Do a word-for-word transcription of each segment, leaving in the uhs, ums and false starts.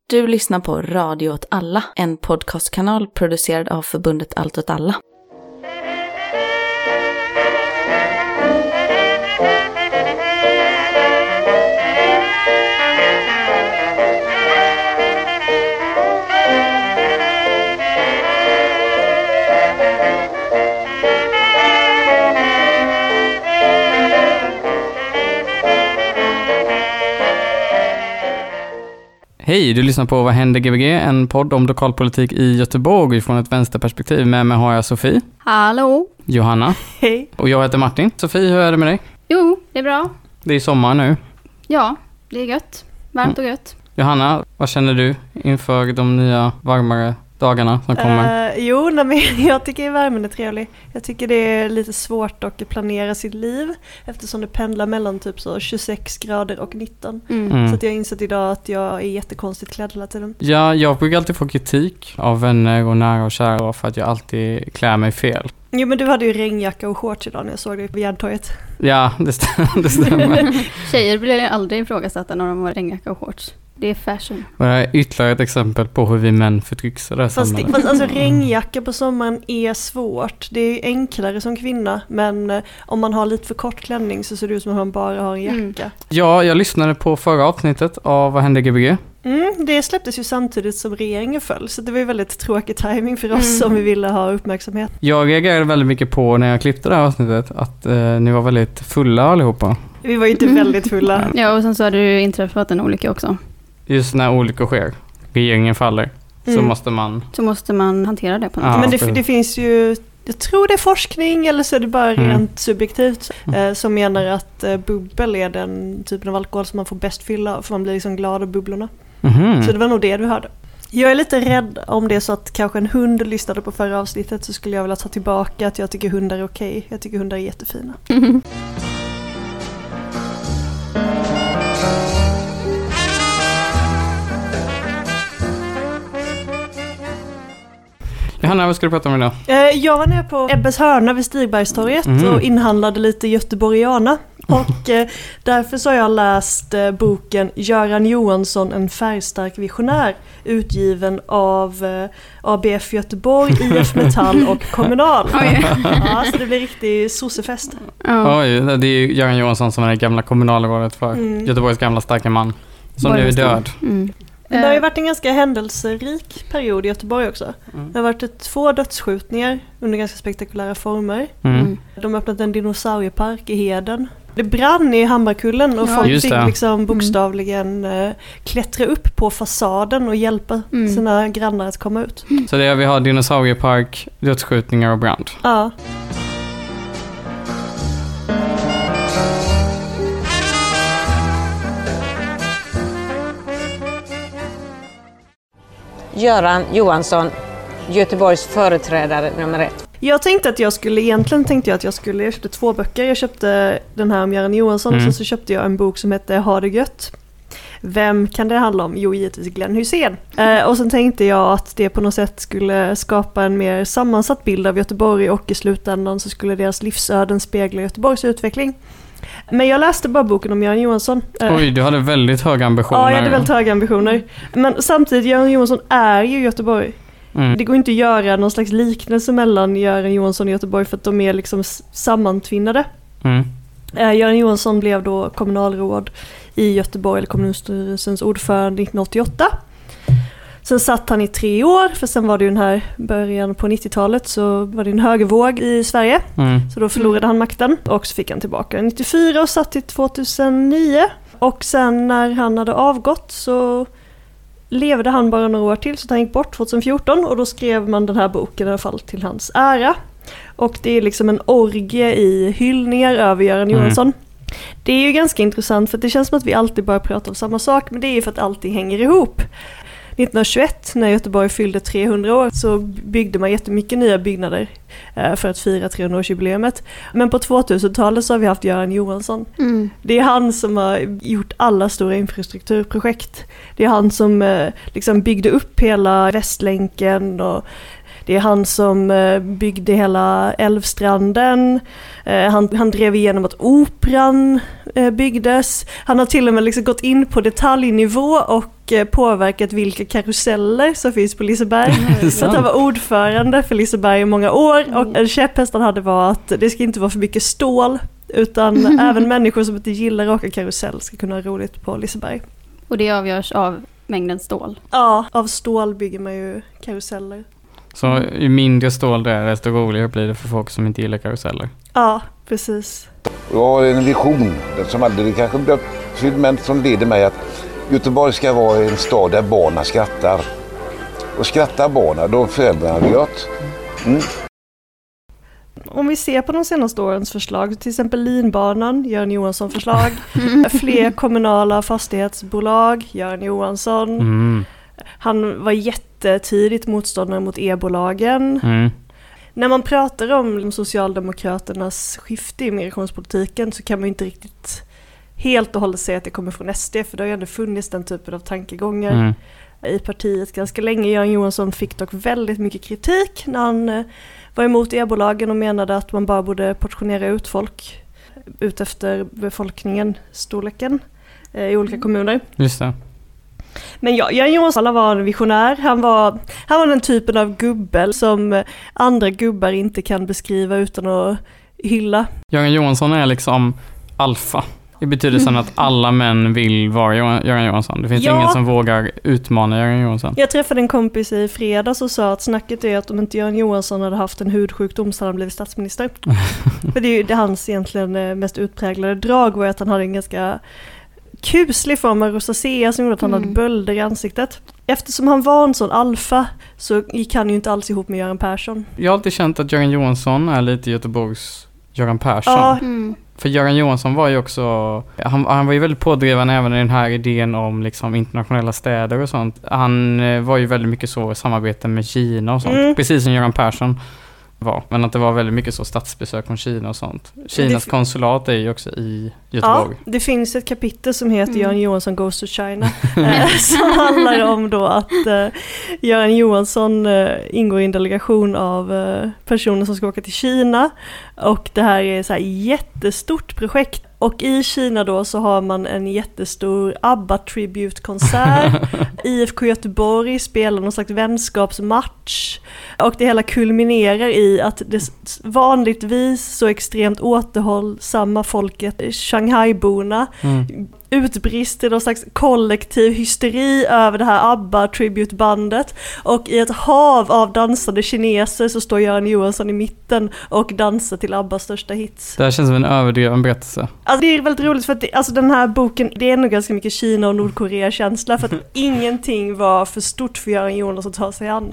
Du lyssnar på Radio åt alla, en podcastkanal producerad av förbundet Allt åt alla. Hej, du lyssnar på Vad händer G B G, en podd om lokalpolitik i Göteborg från ett vänsterperspektiv. Med mig har jag Sofie. Hallå. Johanna. Hej. Och jag heter Martin. Sofie, hur är det med dig? Jo, det är bra. Det är sommar nu. Ja, det är gött. Varmt och gött. Johanna, vad känner du inför de nya varmare dagarna som kommer? Uh, jo, nej, men jag tycker värmen är trevlig. Jag tycker det är lite svårt att planera sitt liv eftersom det pendlar mellan typ så tjugosex grader och nitton. Mm. Mm. Så att jag har insett idag att jag är jättekonstigt klädd hela tiden. Ja, jag brukar alltid få kritik av vänner och nära och kära för att jag alltid klär mig fel. Jo, men du hade ju regnjacka och shorts idag när jag såg dig på Järntorget. Ja, det, st- det stämmer. Tjejer blir aldrig ifrågasatta när de har regnjacka och shorts. Det är fashion. Och det är ytterligare ett exempel på hur vi män förtrycks i det här Fast, det, samhället. fast alltså regnjacka på sommaren är svårt. Det är enklare som kvinna. Men eh, om man har lite för kort klänning så ser det ut som att man bara har en jacka. Mm. Ja, jag lyssnade på förra avsnittet av Vad händer G B G? Mm, det släpptes ju samtidigt som regeringen föll. Så det var ju väldigt tråkig timing för oss Mm. om vi ville ha uppmärksamhet. Jag reagerade väldigt mycket på när jag klippte det här avsnittet att eh, ni var väldigt fulla allihopa. Vi var ju inte väldigt fulla. Ja, och sen så hade du inträffat en olycka också. Just när olyckor sker, regeringen faller, så Mm. måste man... Så måste man hantera det på något Ja, sätt. Men det, precis. det finns ju, jag tror det är forskning eller så är det bara Mm. rent subjektivt eh, som menar att eh, bubbel är den typen av alkohol som man får bäst fylla av, för man blir liksom glad av bubblorna. Mhm. Så det var nog det du hörde. Jag är lite rädd om det är så att kanske en hund lyssnade på förra avsnittet så skulle jag vilja ta tillbaka att jag tycker hundar är okej. Jag tycker hundar är jättefina. Mm. Johanna, vad ska du prata om idag? Eh, jag var nere på Ebbes hörna vid Stigbergstorget Mm. och inhandlade lite göteborgiana. Och eh, därför så har jag läst eh, boken Göran Johansson, en färgstark visionär, utgiven av eh, A B F Göteborg, I F Metall och Kommunal. Oj. Ja, så det blir riktigt sossefest. Ja. Oj, det är ju Göran Johansson som är det gamla kommunalrådet för Mm. Göteborgs gamla starka man, som nu är död. Mm. Men det har ju Eh, varit en ganska händelserik period i Göteborg också. Mm. Det har varit ett, två dödsskjutningar under ganska spektakulära former. Mm. mm. De har öppnat en dinosauriepark i Heden. Det brann i Hammarkullen och Ja, folk just fick det. liksom bokstavligen eh, klättra upp på fasaden och hjälpa Mm. sina grannar att komma ut. Så det är, vi har dinosauriepark, dödsskjutningar och brand. Ja. Göran Johansson, Göteborgs företrädare nummer ett. Jag tänkte att jag skulle, egentligen tänkte jag att jag skulle, jag köpte två böcker. Jag köpte den här om Göran Johansson Mm. och så, så köpte jag en bok som heter Ha det gött. Vem kan det handla om? Jo, givetvis Glenn Hysén. Eh, och sen tänkte jag att det på något sätt skulle skapa en mer sammansatt bild av Göteborg och i slutändan så skulle deras livsöden spegla Göteborgs utveckling. Men jag läste bara boken om Göran Johansson. Eh, Oj, du hade väldigt höga ambitioner. ja, jag hade väldigt höga ambitioner. Men samtidigt, Göran Johansson är ju Göteborg. Mm. Det går inte att göra någon slags liknelse mellan Göran Johansson och Göteborg för att de är liksom s- sammantvinnade. Mm. Eh, Göran Johansson blev då kommunalråd i Göteborg, eller kommunstyrelsens ordförande nittonhundraåttioåtta. Sen satt han i tre år, för sen var det ju den här början på nittiotalet så var det en högervåg i Sverige. Mm. Så då förlorade han makten och så fick han tillbaka nittiofyra och satt till tvåtusennio. Och sen när han hade avgått så levde han bara några år till så han gick bort tjugohundrafjorton och då skrev man den här boken i alla fall till hans ära. Och det är liksom en orgie i hyllningar över Göran Johansson. Mm. Det är ju ganska intressant för det känns som att vi alltid bara pratar om samma sak, men det är ju för att allting hänger ihop. nittonhundratjugoett när Göteborg fyllde trehundra år så byggde man jättemycket nya byggnader för att fira trehundraårsjubileumet. Men på tvåtusentalet så har vi haft Göran Johansson. Mm. Det är han som har gjort alla stora infrastrukturprojekt. Det är han som liksom byggde upp hela Västlänken och Det är han som eh, byggde hela Älvstranden. Eh, han, han drev igenom att operan eh, byggdes. Han har till och med liksom gått in på detaljnivå och eh, påverkat vilka karuseller som finns på Liseberg. Så att han var ordförande för Liseberg i många år. Och en käpphäst han hade var att det ska inte vara för mycket stål. Utan även människor som inte gillar att åka karusell ska kunna ha roligt på Liseberg. Och det avgörs av mängden stål? Ja, av stål bygger man ju karuseller. Så ju mindre stål det är, desto roligare blir det för folk som inte gillar karuseller. Ja, precis. Jag har en vision som aldrig kanske blir uppfylld, men som leder mig att Göteborg ska vara en stad där barnen skrattar. Och skrattar barnen, då föräldrarna det gott. Mm. Om vi ser på de senaste årens förslag, till exempel Linbanan, Göran Johansson förslag. Fler kommunala fastighetsbolag, Göran Johansson. Mm. Han var jättetidigt motståndare mot e-bolagen. Mm. När man pratar om Socialdemokraternas skifte i migrationspolitiken så kan man inte riktigt helt och hållet säga att det kommer från S D, för det har ju ändå funnits den typen av tankegångar mm. i partiet ganska länge. Göran Johansson fick dock väldigt mycket kritik när han var emot e-bolagen och menade att man bara borde portionera ut folk ut efter befolkningen, storleken eh, i olika kommuner. Just det. Men ja, Göran Johansson var en visionär. Han var, han var den typen av gubbe som andra gubbar inte kan beskriva utan att hylla. Göran Johansson är liksom alfa. Det betyder som att alla män vill vara Göran Johansson. Det finns ja. ingen som vågar utmana Göran Johansson. Jag träffade en kompis i fredags och sa att snacket är att om inte Göran Johansson hade haft en hudsjukdom så hade han blivit statsminister. För det är ju det hans egentligen mest utpräglade drag var att han hade en ganska kuslig form av rosacea som gjorde att han mm. hade bölder i ansiktet. Eftersom han var en sån alfa så gick han ju inte alls ihop med Göran Persson. Jag har alltid känt att Göran Johansson är lite Göteborgs Göran Persson. Ja. Mm. För Göran Johansson var ju också, han, han var ju väldigt pådrivande även i den här idén om liksom internationella städer och sånt. Han eh, var ju väldigt mycket så samarbete med Kina och sånt, mm. precis som Göran Persson var. Men att det var väldigt mycket så statsbesök från Kina och sånt. Kinas det, konsulat är ju också i Göteborg. Ja, det finns ett kapitel som heter mm. Göran Johansson Goes to China eh, som handlar om då att eh, Göran Johansson eh, ingår i en delegation av eh, personer som ska åka till Kina och det här är så här jättestort projekt. Och i Kina då så har man en jättestor ABBA-tribute-konsert. I F K Göteborg spelar någon slags vänskapsmatch. Och det hela kulminerar i att det vanligtvis så extremt återhållsamma folket, Shanghai-borna, mm. utbrister någon slags kollektiv hysteri över det här ABBA-tribute-bandet. Och i ett hav av dansande kineser så står Göran Johansson i mitten och dansar till ABBAs största hits. Det här känns som en överdriven berättelse. Alltså det är väldigt roligt för att det, alltså den här boken, det är nog ganska mycket Kina och Nordkorea-känsla för att ingenting var för stort för Göran Johansson att ta sig an.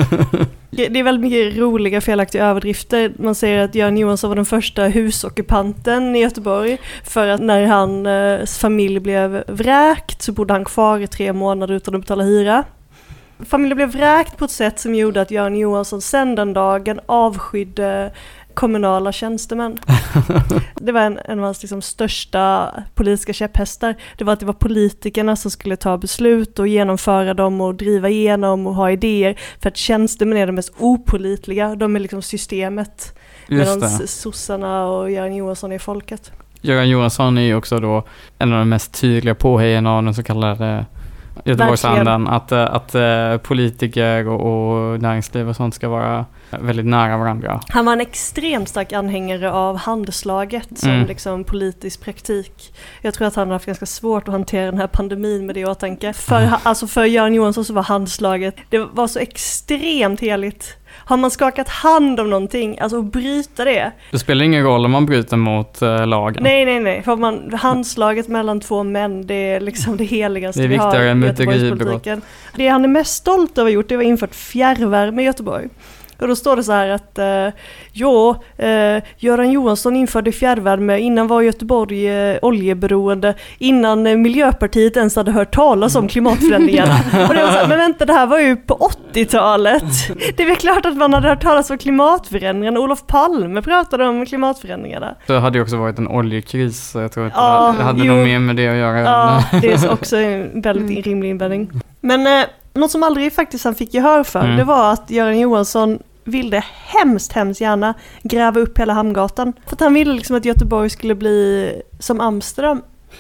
Det är väldigt mycket roliga felaktiga överdrifter. Man säger att Göran Johansson var den första husockupanten i Göteborg för att när hans familj blev vräkt så bodde han kvar i tre månader utan att betala hyra. Familjen blev vräkt på ett sätt som gjorde att Göran Johansson sedan den dagen avskydde kommunala tjänstemän. Det var en, en av hans liksom största politiska käpphästar. Det var att det var politikerna som skulle ta beslut och genomföra dem och driva igenom och ha idéer. För att tjänstemän är de mest opålitliga. De är liksom systemet. Medan sossarna och Göran Johansson är folket. Göran Johansson är ju också då en av de mest tydliga påhejarna av den så kallade Göteborgsandan. Att, att politiker och, och näringsliv och sånt ska vara väldigt nära varandra. Han var en extremt stark anhängare av handelslaget som mm. liksom politisk praktik. Jag tror att han har haft ganska svårt att hantera den här pandemin med det i åtanke. För, mm. alltså för Göran Johansson så var handelslaget, det var så extremt heligt. Har man skakat hand om någonting, alltså att bryta det. Det spelar ingen roll om man bryter mot uh, lagen. Nej, nej, nej. För man, handslaget mellan två män, det är liksom det heligaste vi har i Göteborgspolitiken. Det han är mest stolt över gjort, det var infört fjärrvärme i Göteborg. Och då står det så här att eh, jo, eh, Göran Johansson införde fjärrvärme, innan var Göteborg eh, oljeberoende, innan eh, Miljöpartiet ens hade hört talas om klimatförändringarna. Och det var så här, men vänta, det här var ju på åttiotalet. Det är väl klart att man hade hört talas om klimatförändringarna. Olof Palme pratade om klimatförändringarna. Det hade ju också varit en oljekris, så jag tror att ja, det hade jo. nog mer med det att göra. Ja, det är också en väldigt rimlig invändning. Men eh, Något som aldrig faktiskt han fick gehör för, mm. det var att Göran Johansson ville hemskt, hemskt gärna gräva upp hela Hamngatan. För att han ville liksom att Göteborg skulle bli som Amsterdam.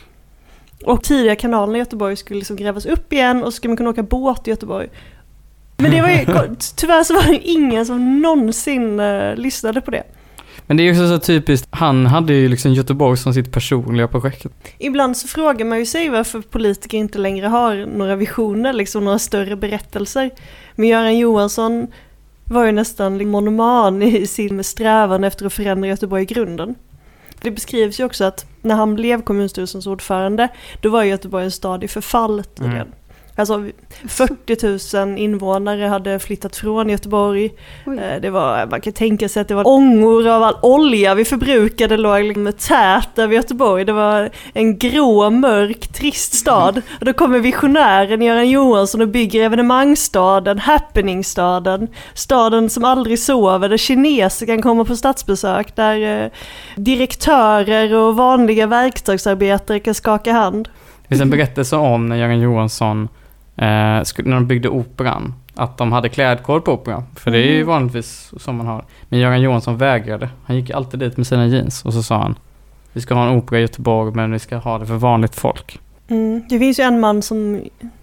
Och tidiga kanalerna i Göteborg skulle liksom grävas upp igen och så skulle man kunna åka båt i Göteborg. Men det var ju, tyvärr så var det ingen som någonsin uh, lyssnade på det. Men det är ju också så typiskt, han hade ju liksom Göteborg som sitt personliga projekt. Ibland så frågar man ju sig varför politiker inte längre har några visioner, liksom några större berättelser. Men Göran Johansson var ju nästan monoman i sin strävan efter att förändra Göteborg i grunden. Det beskrivs ju också att när han blev kommunstyrelsens ordförande, då var Göteborg en stad i förfall tydligen. Mm. Alltså fyrtio tusen invånare hade flyttat från Göteborg. Oj. Det var, man kan tänka sig att det var ångor av all olja vi förbrukade låg liksom tät över Göteborg. Det var en grå, mörk, trist stad. Och då kommer visionären Göran Johansson och bygger evenemangsstaden, happeningsstaden, staden som aldrig sover, där kineser kan komma på stadsbesök, där eh, direktörer och vanliga verkstadsarbetare kan skaka hand. Det finns en berättelse om när Göran Johansson eh, när de byggde operan, att de hade klädkod på operan, för det är ju vanligtvis som man har. Men Göran Johansson vägrade. Han gick alltid dit med sina jeans och så sa han: vi ska ha en opera i Göteborg, men vi ska ha det för vanligt folk. Mm. Det finns ju en man som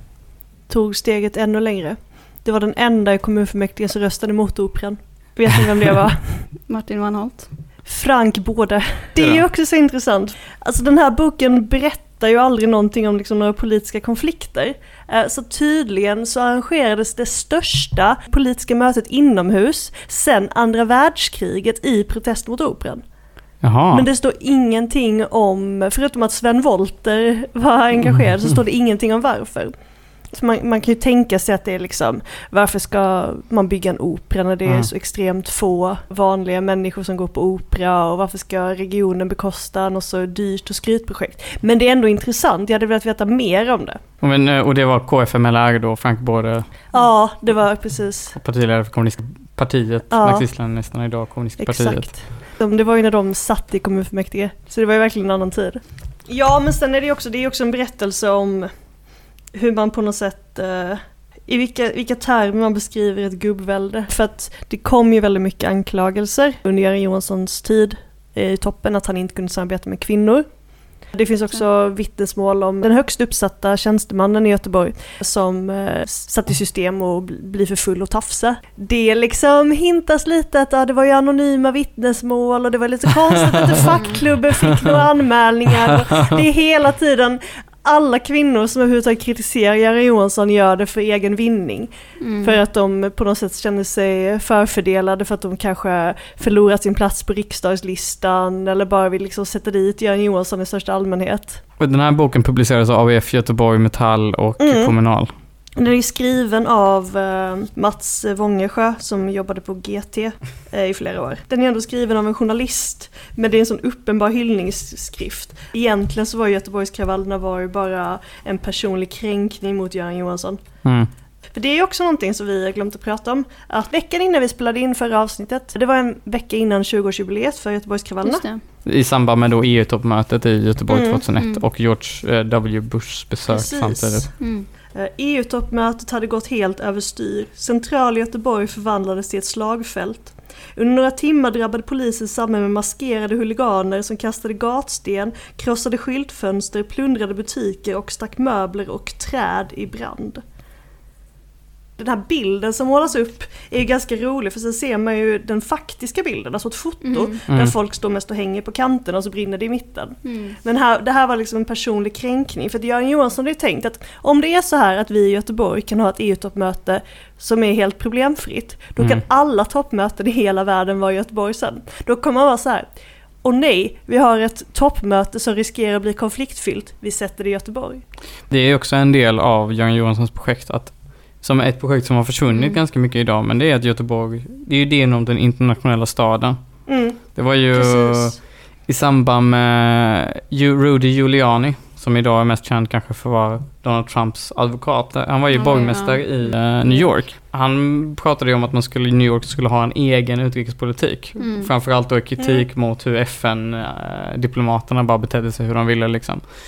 tog steget ännu längre. Det var den enda i kommunfullmäktige som röstade mot operan. Vet ni vem det var? Martin Wanholt. Frank Både. Det är ju också så intressant. Alltså den här boken berättar ju aldrig någonting om liksom några politiska konflikter. Så tydligen så arrangerades det största politiska mötet inomhus sedan andra världskriget i protest mot operan. Jaha. Men det står ingenting om, förutom att Sven Wollter var engagerad, så står det ingenting om varför. Så man, man kan ju tänka sig att det är liksom, varför ska man bygga en opera när det är mm. så extremt få vanliga människor som går på opera, och varför ska regionen bekosta något så dyrt och skrytprojekt. Men det är ändå intressant, jag hade velat veta mer om det. Men, och det var K F M L R då, Frank Både? Ja, det var precis. Partiledare för Kommunistpartiet, ja. Marxistland nästan idag, Kommunistpartiet. Exakt. Det var ju när de satt i kommunfullmäktige, så det var ju verkligen en annan tid. Ja, men sen är det också, det är också en berättelse om hur man på något sätt, uh, i vilka, vilka termer man beskriver ett gubbvälde. För att det kom ju väldigt mycket anklagelser under Göran Johanssons tid i toppen att han inte kunde samarbeta med kvinnor. Det finns också vittnesmål om den högst uppsatta tjänstemannen i Göteborg som uh, satt i system och blir för full och tafsa. Det liksom hintas lite att uh, det var ju anonyma vittnesmål och det var lite konstigt att fackklubben fick några anmälningar. Och det är hela tiden alla kvinnor som överhuvudtaget kritiserar Göran Johansson gör det för egen vinning. Mm. För att de på något sätt känner sig förfördelade, för att de kanske förlorat sin plats på riksdagslistan eller bara vill liksom sätta dit Göran Johansson i största allmänhet. Och den här boken publicerades av A B F, Göteborg, Metall och mm. Kommunal. Den är skriven av uh, Mats Wångersjö som jobbade på G T uh, i flera år. Den är ändå skriven av en journalist, men det är en sån uppenbar hyllningsskrift. Egentligen så var Göteborgskravallerna var ju bara en personlig kränkning mot Göran Johansson. Mm. För det är ju också någonting som vi har glömt att prata om. Att veckan innan vi spelade in förra avsnittet, det var en vecka innan tjugoårsjubileet för Göteborgskravallerna. I samband med då E U-toppmötet i Göteborg mm. tjugohundraett mm. och George W. Bushs besök Precis. samtidigt. Mm. E U-toppmötet hade gått helt överstyr. Central Göteborg förvandlades till ett slagfält. Under några timmar drabbade polisen samman med maskerade huliganer som kastade gatsten, krossade skyltfönster, plundrade butiker och stack möbler och träd i brand. Den här bilden som målas upp är ganska rolig, för sen ser man ju den faktiska bilden, alltså ett foto mm. där mm. folk står mest och hänger på kanten och så brinner det i mitten. Mm. Men här, det här var liksom en personlig kränkning, för att Göran Johansson hade tänkt att om det är så här att vi i Göteborg kan ha ett E U-toppmöte som är helt problemfritt, då kan mm. alla toppmöten i hela världen vara i Göteborg sen. Då kommer man vara så här: och nej, vi har ett toppmöte som riskerar att bli konfliktfyllt, vi sätter det i Göteborg. Det är också en del av Göran Johanssons projekt, att som ett projekt som har försvunnit mm. ganska mycket idag, men det är att Göteborg, det är ju det om den internationella staden. Mm. Det var ju Precis. i samband med Rudy Giuliani, som idag är mest känd kanske för att vara Donald Trumps advokat. Han var ju mm, borgmästare ja. i uh, New York. Han pratade ju om att man skulle i New York skulle ha en egen utrikespolitik. Mm. Framförallt då kritik mm. mot hur F N-diplomaterna bara betedde sig hur de ville liksom.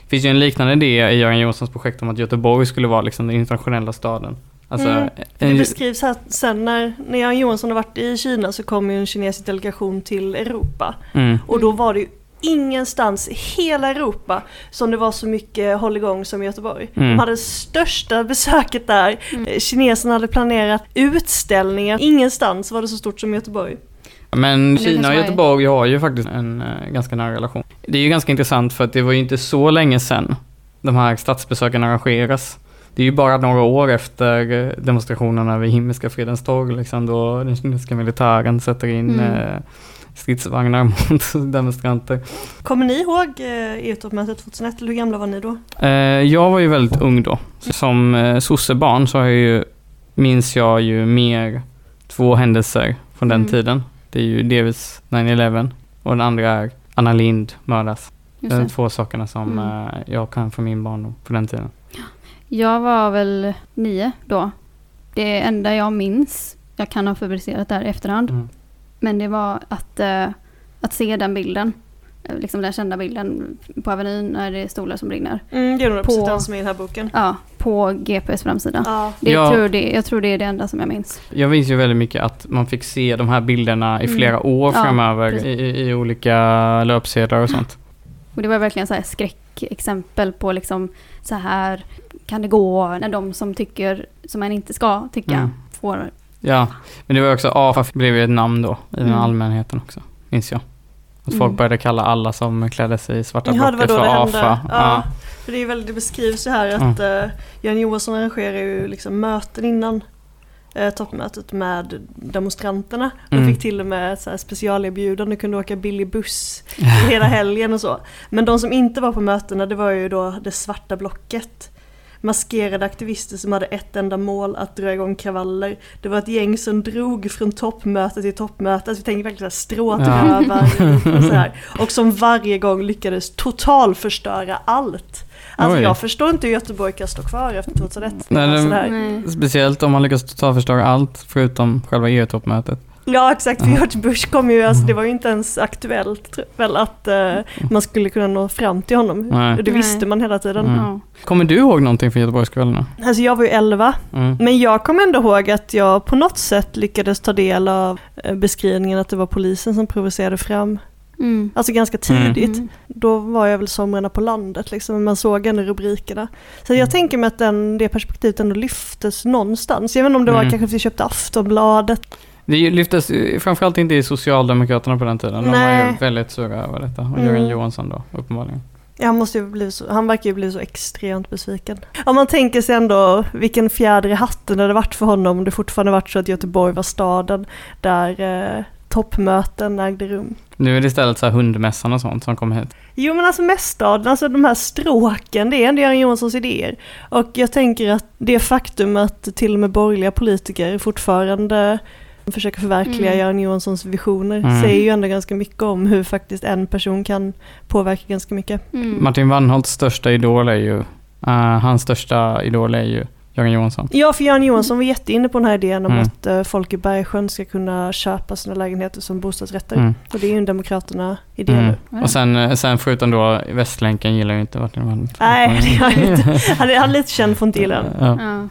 Det finns ju en liknande idé i Göran Johanssons projekt om att Göteborg skulle vara liksom den internationella staden. Alltså, mm. en... Det beskrivs här sen när, när Göran Johansson har varit i Kina så kom ju en kinesisk delegation till Europa. Mm. Och då var det ju ingenstans i hela Europa som det var så mycket hålligång som i Göteborg. Mm. De hade största besöket där. Mm. Kineserna hade planerat utställningar. Ingenstans var det så stort som i Göteborg. Men Kina och Göteborg har ju faktiskt en uh, ganska nära relation. Det är ju ganska intressant för att det var ju inte så länge sedan de här statsbesöken arrangeras. Det är ju bara några år efter demonstrationerna vid Himmelska fredens torg liksom, då den kinesiska militären sätter in mm. uh, stridsvagnar mot demonstranter. Kommer ni ihåg uh, E U-toppmötet tjugohundraett? Eller hur gamla var ni då? Uh, jag var ju väldigt ung då. Som uh, sossebarn så har jag ju, minns jag ju mer två händelser från den mm. tiden. Det är ju delvis nine eleven och den andra är Anna Lindh mördas. Det är de två sakerna som mm. jag kan från min barndom på den tiden. Jag var väl nio då. Det enda jag minns, jag kan ha fabricerat där i efterhand, mm. men det var att, uh, att se den bilden. Liksom den kända bilden på Avenyn när det är stolar som brinner. Mm, det är nog på den som är i den här boken. Ja, på G P:s framsida. Ja. Det, ja. tror det, jag tror det är det enda som jag minns. Jag minns ju väldigt mycket att man fick se de här bilderna i flera mm. år ja, framöver i, i olika löpsedlar och sånt. Och det var verkligen så här skräckexempel på liksom så här kan det gå när de som tycker som man inte ska tycka mm. får. Ja, men det var också A F A blev ju ett namn då i den mm. allmänheten också, minns jag. Att folk mm. började kalla alla som klädde sig i svarta ja, blocket för A F A. Ja, ja. För det är väldigt, det beskrivs så här att mm. uh, Göran Johansson arrangerar ju liksom möten innan uh, toppmötet med demonstranterna. Mm. De fick till och med så här specialerbjudande, kunde åka billig buss hela helgen och så. Men de som inte var på mötena, det var ju då det svarta blocket. Maskerade aktivister som hade ett enda mål, att dra igång kravaller. Det var ett gäng som drog från toppmöte till toppmöte. Alltså vi tänker verkligen så här, strå till ja. över och så här. Och som varje gång lyckades totalförstöra allt. Alltså Oj. jag förstår inte hur Göteborg kan stå kvar efter tjugohundraett. Nej, det, speciellt om man lyckas totalförstöra allt förutom själva E U-toppmötet. Ja, exakt. För George Bush kom ju, alltså, det var ju inte ens aktuellt väl att uh, man skulle kunna nå fram till honom. Nej. Det visste Nej. man hela tiden. Mm. Ja. Kommer du ihåg någonting från Göteborgskvällarna? Alltså jag var ju elva. Mm. Men jag kommer ändå ihåg att jag på något sätt lyckades ta del av uh, beskrivningen att det var polisen som provocerade fram. Mm. Alltså ganska tidigt. Mm. Då var jag väl somrarna på landet liksom, man såg ändå rubrikerna. Så jag mm. tänker mig att den, det perspektivet ändå lyftes någonstans. Jag vet inte om det var mm. kanske att vi köpte Aftonbladet. Det lyftes framförallt inte i Socialdemokraterna på den tiden. De Nej. var ju väldigt sura över detta. Och mm. Göran Johansson då, uppenbarligen. Ja, han, måste ju bli så, han verkar ju bli så extremt besviken. Om man tänker sig ändå vilken fjäder i hatten det hade varit för honom om det fortfarande varit så att Göteborg var staden där eh, toppmöten ägde rum. Nu är det istället så här hundmässan och sånt som kommer hit. Jo, men alltså mäststaden, alltså de här stråken, det är ändå Göran Johanssons idéer. Och jag tänker att det faktum att till och med borgerliga politiker fortfarande försöker förverkliga mm. Göran Johanssons visioner mm. säger ju ändå ganska mycket om hur faktiskt en person kan påverka ganska mycket. Mm. Martin Wannholts största idol är ju, uh, hans största idol är ju Göran Johansson. Ja, för Göran Johansson var jätteinne på den här idén om mm. att uh, folk i Bergsjön ska kunna köpa sina lägenheter som bostadsrätter. Mm. Och det är ju en demokraterna idé mm. nu. Och sen, sen förutom då Västlänken gillar ju inte Martin Wannholt. Nej, det gör jag inte. Han är, han är lite känd för att inte gilla den. Ja. Ja.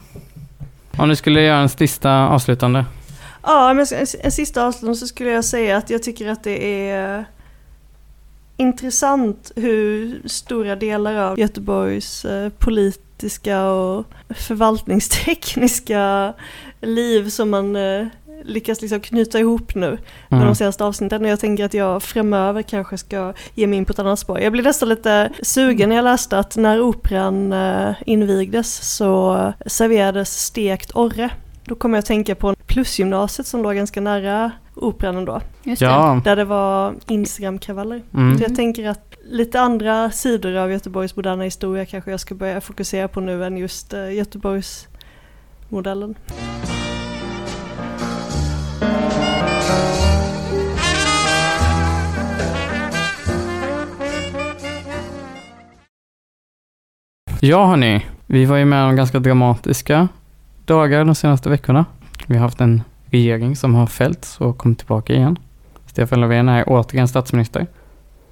Om du skulle göra en sista avslutande. Ja, men en sista avslutning så skulle jag säga att jag tycker att det är intressant hur stora delar av Göteborgs politiska och förvaltningstekniska liv som man lyckas liksom knyta ihop nu med mm. de senaste avsnitten. Och jag tänker att jag framöver kanske ska ge mig in på ett annat spår. Jag blev nästan lite sugen när jag läste att när operan invigdes så serverades stekt orre. Då kommer jag att tänka på Plusgymnasiet som låg ganska nära operan då. Just det. Ja. Där det var Instagram-kravaller. Mm. Så jag tänker att lite andra sidor av Göteborgs moderna historia kanske jag ska börja fokusera på nu än just uh, Göteborgs modellen. Ja hörni, vi var ju med om ganska dramatiska dagar de senaste veckorna. Vi har haft en regering som har fällts och kommit tillbaka igen. Stefan Löfven är återigen statsminister.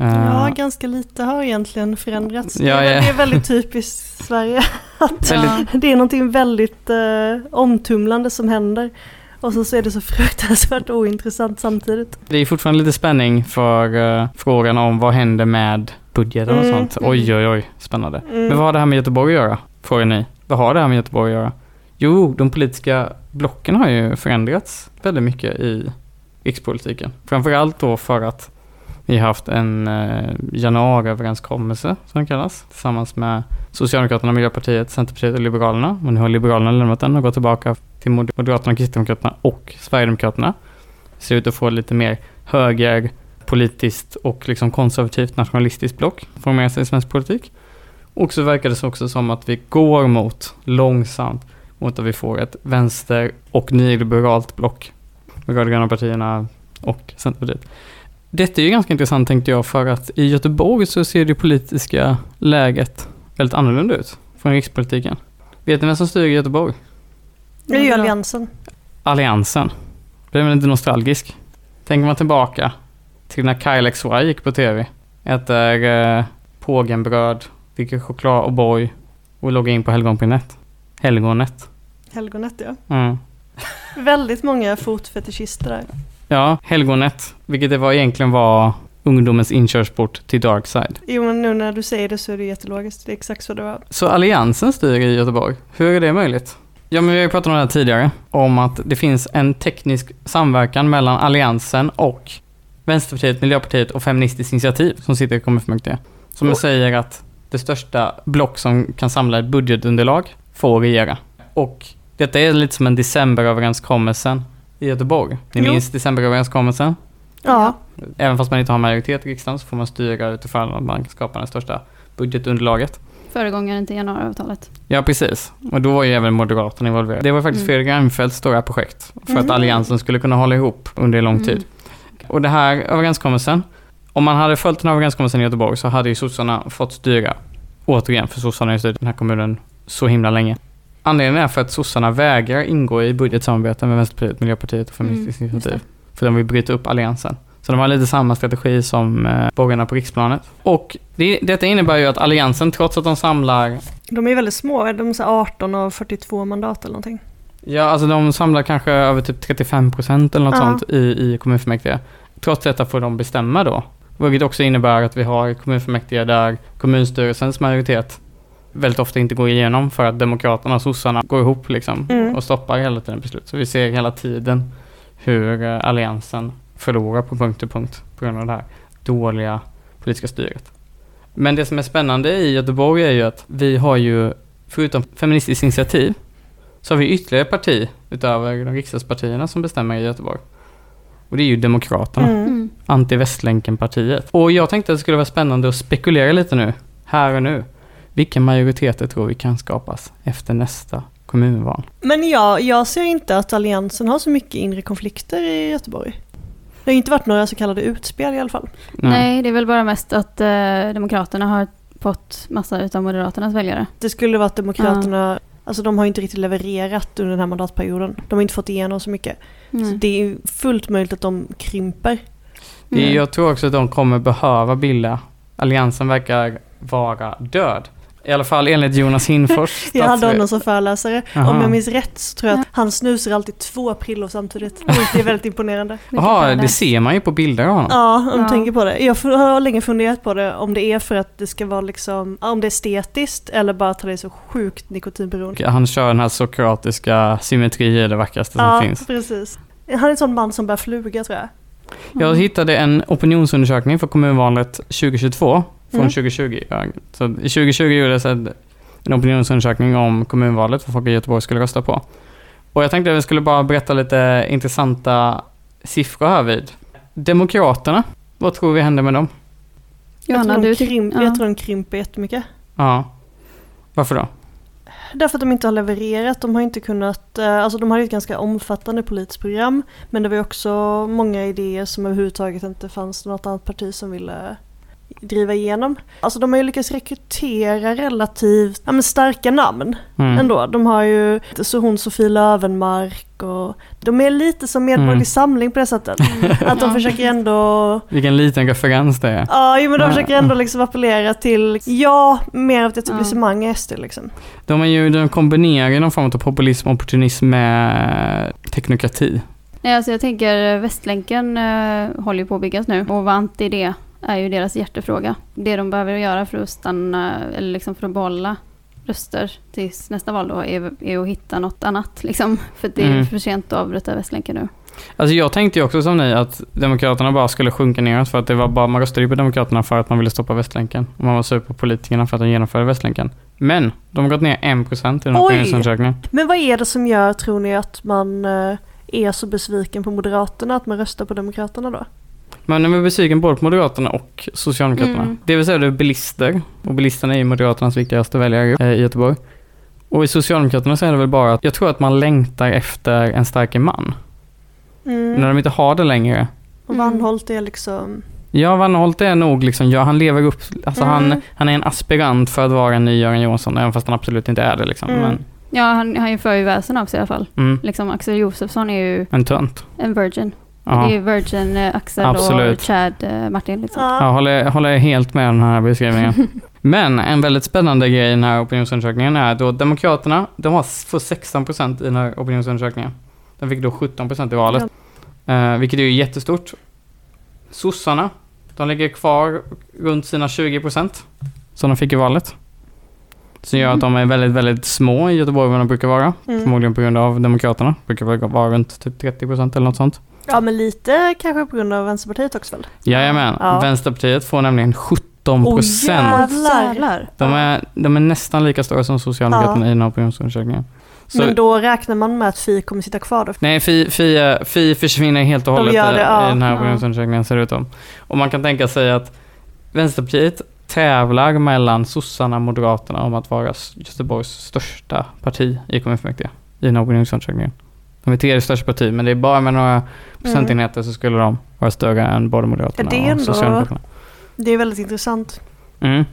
Ja, ganska lite har egentligen förändrats. Ja, det, är, ja. det är väldigt typiskt Sverige att Väldigt- det är någonting väldigt eh, omtumlande som händer. Och så, så är det så fruktansvärt ointressant samtidigt. Det är fortfarande lite spänning för uh, frågan om vad händer med budgeten och Mm. sånt. Oj, oj, oj, spännande. Mm. Men vad har det här med Göteborg att göra? Frågar ni. Vad har det här med Göteborg att göra? Jo, de politiska blocken har ju förändrats väldigt mycket i rikspolitiken. Framförallt då för att vi har haft en eh, januariöverenskommelse som den kallas, tillsammans med Socialdemokraterna, Miljöpartiet, Centerpartiet och Liberalerna. Men nu har Liberalerna lämnat den och gått tillbaka till Moderaterna, Kristdemokraterna och Sverigedemokraterna. Ser ut att få lite mer höger, politiskt och liksom konservativt nationalistiskt block formera sig i svensk politik. Och så verkar det också som att vi går mot, långsamt, mot att vi får ett vänster- och nyliberalt block med rödgröna partierna och Centerpartiet. Detta är ju ganska intressant, tänkte jag, för att i Göteborg så ser det politiska läget väldigt annorlunda ut från rikspolitiken. Vet ni vem som styr i Göteborg? Det är ju Alliansen. Alliansen. Blir man inte nostalgisk? Tänker man tillbaka till när Kyle X Y gick på tv. Äter eh, pågenbröd, dricker choklad och boy och loggar in på helgon punkt net. Helgonet. Helgonet, ja. Mm. Väldigt många fotfetischister där. Ja, helgonet. Vilket det var egentligen var ungdomens inkörsport till Darkside. Jo, men nu när du säger det så är det jättelogiskt. Det är exakt så det var. Så Alliansen styr i Göteborg. Hur är det möjligt? Ja, men vi har ju pratat om det här tidigare. Om att det finns en teknisk samverkan mellan Alliansen och Vänsterpartiet, Miljöpartiet och Feministiskt initiativ som sitter i kommunfullmäktige. Som jag säger att det största block som kan samla ett budgetunderlag får regera. Och detta är lite som en decemberöverenskommelsen i Göteborg. Ni Jo. minns decemberöverenskommelsen? Ja. Även fast man inte har majoritet i riksdagen så får man styra utifrån att man kan skapa det största budgetunderlaget. Föregångaren till januariavtalet. Ja, precis. Och då var ju även Moderaterna involverade. Det var faktiskt Mm. Fredrik Reinfeldts stora projekt för att Mm. Alliansen skulle kunna hålla ihop under lång Mm. tid. Och det här överenskommelsen, om man hade följt den här överenskommelsen i Göteborg så hade ju sossarna fått styra. Återigen, för sossarna har ju styrt den här kommunen så himla länge. Anledningen är för att sossarna vägrar ingå i budgetsamarbete med Vänsterpartiet, Miljöpartiet och Feministiskt Mm, just initiativ. För de vill bryta upp Alliansen. Så de har lite samma strategi som eh, borgarna på riksplanet. Och det, detta innebär ju att Alliansen, trots att de samlar... De är väldigt små. De är så arton av fyrtiotvå mandat eller någonting. Ja, alltså de samlar kanske över typ trettiofem procent eller något Ja. sånt i, i kommunfullmäktige. Trots detta får de bestämma då. Vilket också innebär att vi har kommunfullmäktige där kommunstyrelsens majoritet väldigt ofta inte går igenom för att demokraterna och sossarna går ihop liksom Mm. och stoppar hela tiden beslut. Så vi ser hela tiden hur eh, Alliansen förlorar på punkt till punkt på grund av det här dåliga politiska styret. Men det som är spännande i Göteborg är ju att vi har ju, förutom Feministiskt initiativ, så har vi ytterligare parti utöver de riksdagspartierna som bestämmer i Göteborg. Och det är ju Demokraterna. Mm. Mm. Anti-Västlänken-partiet. Och jag tänkte att det skulle vara spännande att spekulera lite nu, här och nu. Vilka majoriteter tror vi kan skapas efter nästa kommunval? Men jag, jag ser inte att Alliansen har så mycket inre konflikter i Göteborg. Det har ju inte varit några så kallade utspel i alla fall. Nej, det är väl bara mest att eh, Demokraterna har fått massa utav Moderaternas väljare. Det skulle vara att Demokraterna, alltså de har ju inte riktigt levererat under den här mandatperioden. De har inte fått igenom så mycket. Så Mm. det är ju fullt möjligt att de krymper. Det, Mm. jag tror också att de kommer behöva bilda. Alliansen verkar vara död. I alla fall enligt Jonas Hinfors. Jag hade statsve- honom som föreläsare. Aha. Om jag minns rätt så tror jag att han snusar alltid två prillor samtidigt. Det är väldigt imponerande. Vilket Jaha, är det ser man ju på bilder av honom. Ja, om du Ja. tänker på det. Jag har länge funderat på det. Om det är för att det ska vara liksom, om det är estetiskt eller bara att det är så sjukt nikotinberoende. Han kör den här sokratiska symmetri, det vackraste som Ja, finns. precis. Han är en sån man som bär fluga, tror jag. Jag hittade en opinionsundersökning för kommunvalet tjugohundratjugotvå från Mm. tjugohundratjugo. Ja, så i tjugohundratjugo gjordes en en opinionsundersökning om kommunvalet för folk i Göteborg skulle rösta på. Och jag tänkte att vi skulle bara berätta lite intressanta siffror här vid. Demokraterna, vad tror vi händer med dem? Johanna, jag, tror du de tyck- krymp, ja. jag tror de krymper jättemycket. Ja. Varför då? Därför att de inte har levererat. De har inte kunnat, eh, alltså de har ju ett ganska omfattande politiskt program. Men det var ju också många idéer som överhuvudtaget inte fanns något annat parti som ville driva igenom. Alltså de har ju lyckats rekrytera relativt ja, men starka namn mm. ändå. De har ju så hon Sofie Lövenmark och de är lite som Medborgerlig mm. samling på det sättet. Att de försöker ändå... Vilken liten referens det är. Ja, jo, men de försöker ändå liksom appellera till ja, mer av ett etablissemang i S D liksom. De är ju, de kombinerar någon form av populism och opportunism med teknokrati. Nej, alltså jag tänker Västlänken äh, håller ju på att byggas nu och vad anti det är ju deras hjärtefråga. Det de behöver göra för att stanna eller liksom för att behålla röster tills nästa val då är, är att hitta något annat liksom, för det är mm. för sent att avbryta Västlänken nu. Alltså jag tänkte ju också som ni att Demokraterna bara skulle sjunka ner för att det var bara, man röstade ju på Demokraterna för att man ville stoppa Västlänken och man var sur på politikerna för att de genomförde Västlänken. Men de har gått ner en procent i den här opinionsundersökningen. Men vad är det som gör, tror ni, att man är så besviken på Moderaterna att man röstar på Demokraterna då? Man är besviken både på Moderaterna och Socialdemokraterna. Mm. Det vill säga det är bilister. Och bilisterna är ju Moderaternas viktigaste väljare i Göteborg. Och i Socialdemokraterna så är det väl bara att jag tror att man längtar efter en stark man. Mm. När de inte har det längre. Och Wannholt är liksom... Ja, Wannholt är nog liksom, ja, han lever upp, alltså mm. han, han är en aspirant för att vara en ny Göran Johansson, även fast han absolut inte är det liksom. Mm. Men... Ja, han, han är ju för ju väsen av sig i alla fall. Mm. Liksom Axel Josefsson är ju... En tönt. En virgin. Aha. Det är Virgin eh, Axel Absolut. och Chad eh, Martin. Liksom. Ja. Jag håller, håller helt med om den här beskrivningen. Men en väldigt spännande grej i den här opinionsundersökningen är då Demokraterna, de har får sexton procent i den här opinionsundersökningen. De fick då sjutton procent i valet. Ja. Eh, vilket är ju jättestort. Sossarna, de ligger kvar runt sina tjugo procent som de fick i valet. Så gör att de är väldigt, väldigt små i Göteborg vad de brukar vara. Mm. Förmodligen på grund av Demokraterna. Brukar vara runt typ trettio procent eller något sånt. Ja, men lite kanske på grund av Vänsterpartiet också väl? Jajamän, ja. Vänsterpartiet får nämligen sjutton procent. Oh, de, är, de är nästan lika stora som Socialdemokraterna ja. i den här opinionsundersökningen. Så, men då räknar man med att Fi kommer sitta kvar då? Nej, Fi, Fi, Fi försvinner helt och hållet det, i, ja. i den här opinionsundersökningen ser det ut om. Och man kan tänka sig att Vänsterpartiet tävlar mellan sossarna och Moderaterna om att vara Göteborgs största parti i kommunfullmäktige i den här opinionsundersökningen. De är tredje största parti, men det är bara med några procentenheter mm. så skulle de vara större än både Moderaterna ja, det är ändå, och Socialdemokraterna. Det är väldigt intressant. Mm.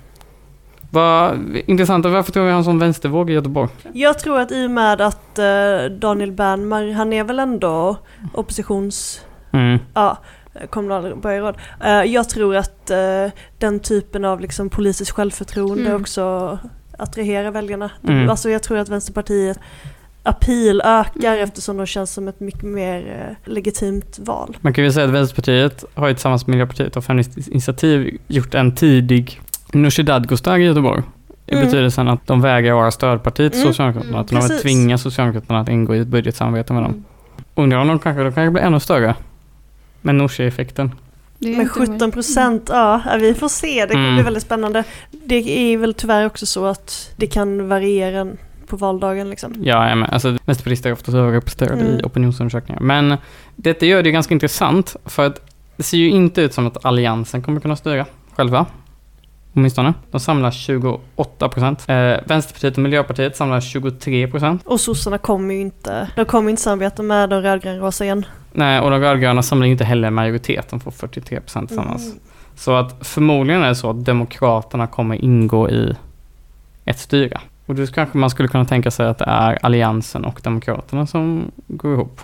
Vad intressant, varför tror vi har en sån vänstervåg i Göteborg? Jag tror att i och med att uh, Daniel Bernmar, han är väl ändå oppositions... Mm. Ja, kommunalborgarråd. Uh, jag tror att uh, den typen av liksom, politiskt självförtroende mm. också attraherar väljarna. Mm. Alltså jag tror att Vänsterpartiet appeal ökar mm. eftersom de känns som ett mycket mer eh, legitimt val. Man kan ju säga att Vänsterpartiet har ju tillsammans med Miljöpartiet och Feministiskt initiativ gjort en tidig Nooshi Dadgostar i Göteborg. I mm. betydelsen att de vägrar vara stödpartiet till mm. Socialdemokraterna. Att de har tvingat Socialdemokraterna att ingå i ett budgetsamarbete med dem. Mm. Undrar om de kanske, de kanske blir ännu större. Med Nooshi-effekten. Med sjutton procent, mm. ja, vi får se. Det kommer mm. bli väldigt spännande. Det är väl tyvärr också så att det kan variera på valdagen liksom. Ja, men alltså vänsterpartister är ofta så representerade mm. i opinionsundersökningar. Men detta gör det ganska intressant för att det ser ju inte ut som att alliansen kommer kunna styra själva. Åtminstone. De samlar tjugoåtta procent. Eh, Vänsterpartiet och Miljöpartiet samlar tjugotre procent. Och sossarna kommer ju inte, de kommer inte samarbeta med de rödgröna rosa igen. Nej, och de rödgröna samlar inte heller majoritet. De får fyrtiotre procent tillsammans. Mm. Så att förmodligen är det så att Demokraterna kommer ingå i ett styre. Och då kanske man skulle kunna tänka sig att det är alliansen och Demokraterna som går ihop.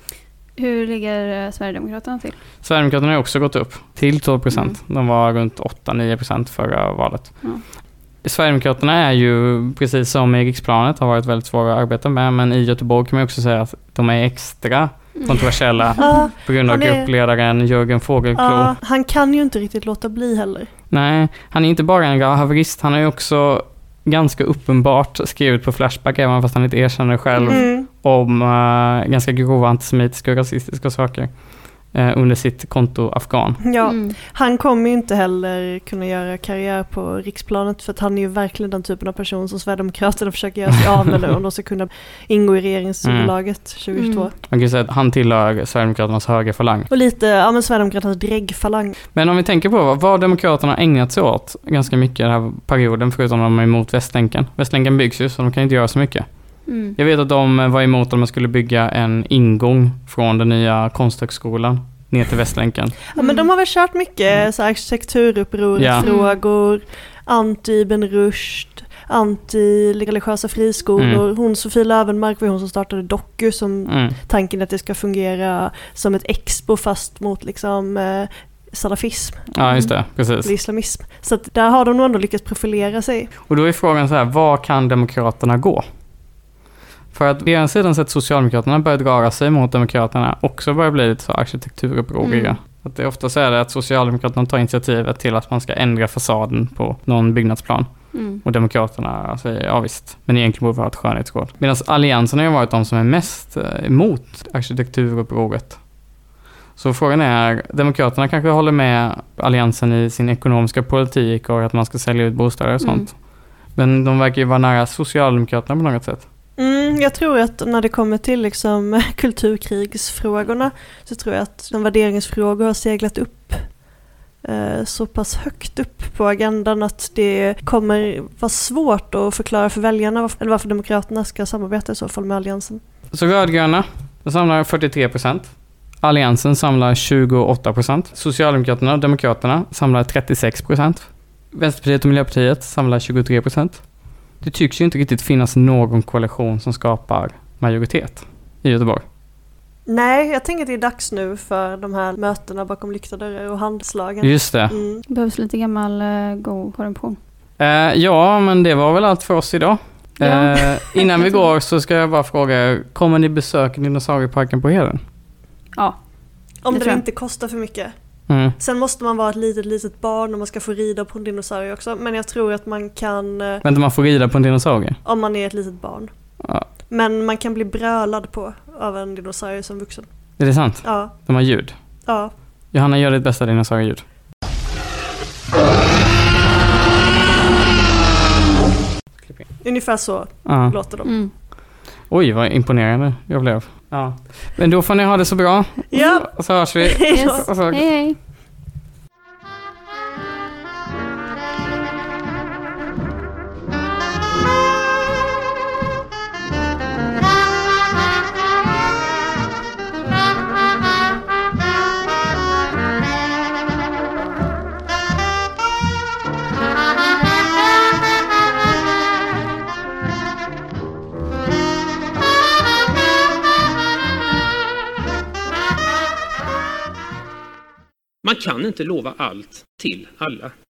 Hur ligger Sverigedemokraterna till? Sverigedemokraterna har också gått upp till tolv procent. Mm. De var runt åtta till nio procent förra valet. Mm. Sverigedemokraterna är ju, precis som i riksplanet, har varit väldigt svåra att arbeta med. Men i Göteborg kan man också säga att de är extra kontroversiella mm. på grund av är, gruppledaren Jörgen Fågelklo. Uh, han kan ju inte riktigt låta bli heller. Nej, han är inte bara en haverist. Han är ju också ganska uppenbart skrivit på Flashback, även fast han inte erkänner själv, mm. om uh, ganska grova antisemitiska och rasistiska saker uh, under sitt konto Afghan. Ja, mm. han kommer ju inte heller kunna göra karriär på riksplanet för att han är ju verkligen den typen av person som Sverigedemokraterna försöker göra sig av med nu om de ska kunna ingå i regeringsunderlaget mm. tjugohundratjugotvå. Mm. Man kan säga att han tillhör Sverigedemokraternas högerfalang. Och lite, ja men Sverigedemokraternas dräggfalang. Men om vi tänker på vad, vad Demokraterna ägnat sig åt ganska mycket den här perioden, förutom att de är emot Västlänken. Västlänken byggs ju så de kan inte göra så mycket. Mm. Jag vet att de var emot att man skulle bygga en ingång från den nya konsthögskolan ner till Västlänken. Ja, men de har väl kört mycket så arkitekturuppror-frågor, ja. anti-Ibn Rushd, anti-religiösa friskolor. Mm. Hon, Sofie Löwenmark, var hon som startade Doku, som mm. tanken att det ska fungera som ett expo fast mot liksom eh, salafism. Ja, just det. Precis. Islamism. Så att där har de nog ändå lyckats profilera sig. Och då är frågan så här, vad kan Demokraterna gå? För att vid en sidan sett Socialdemokraterna börjar röra sig mot Demokraterna också börjar bli lite så arkitekturupproriga. Mm. Att det ofta så är det att Socialdemokraterna tar initiativet till att man ska ändra fasaden på någon byggnadsplan. Mm. Och Demokraterna säger ja visst, men egentligen borde vara ett skönhetsråd. Medan Alliansen har ju varit de som är mest emot arkitekturupproret. Så frågan är, Demokraterna kanske håller med Alliansen i sin ekonomiska politik och att man ska sälja ut bostäder och sånt. Mm. Men de verkar ju vara nära Socialdemokraterna på något sätt. Mm, jag tror att när det kommer till liksom kulturkrigsfrågorna så tror jag att de värderingsfrågor har seglat upp eh, så pass högt upp på agendan att det kommer vara svårt att förklara för väljarna varför, eller varför Demokraterna ska samarbeta i så fall med Alliansen. Så rödgröna, de samlar fyrtiotre procent. Alliansen samlar tjugoåtta procent. Socialdemokraterna och Demokraterna samlar trettiosex procent. Vänsterpartiet och Miljöpartiet samlar tjugotre procent. Det tycks ju inte riktigt finnas någon koalition som skapar majoritet i Göteborg. Nej, jag tänker att det är dags nu för de här mötena bakom lyckta dörrar och handslagen. Just det. Mm. Det behövs lite gammal uh, god korruption. Uh, ja, men det var väl allt för oss idag. Ja. Uh, innan vi går så ska jag bara fråga, kommer ni besöka dinosaurieparken på Heden? Ja. Om det, det inte kostar för mycket. Mm. Sen måste man vara ett litet, litet barn och man ska få rida på en dinosaurie också. Men jag tror att man kan... Vänta, man får rida på en dinosaurie? Om man är ett litet barn. Ja. Men man kan bli brölad på av en dinosaurie som vuxen. Är det sant? Ja. De har ljud? Ja. Johanna, gör ditt bästa dinosaurieljud. Ungefär så ja. låter de. Mm. Oj, vad imponerande jag blev. Ja. Men då får ni ha det så bra. Ja. Och så hörs vi. Yes. Och så... Hej, hej. Man kan inte lova allt till alla.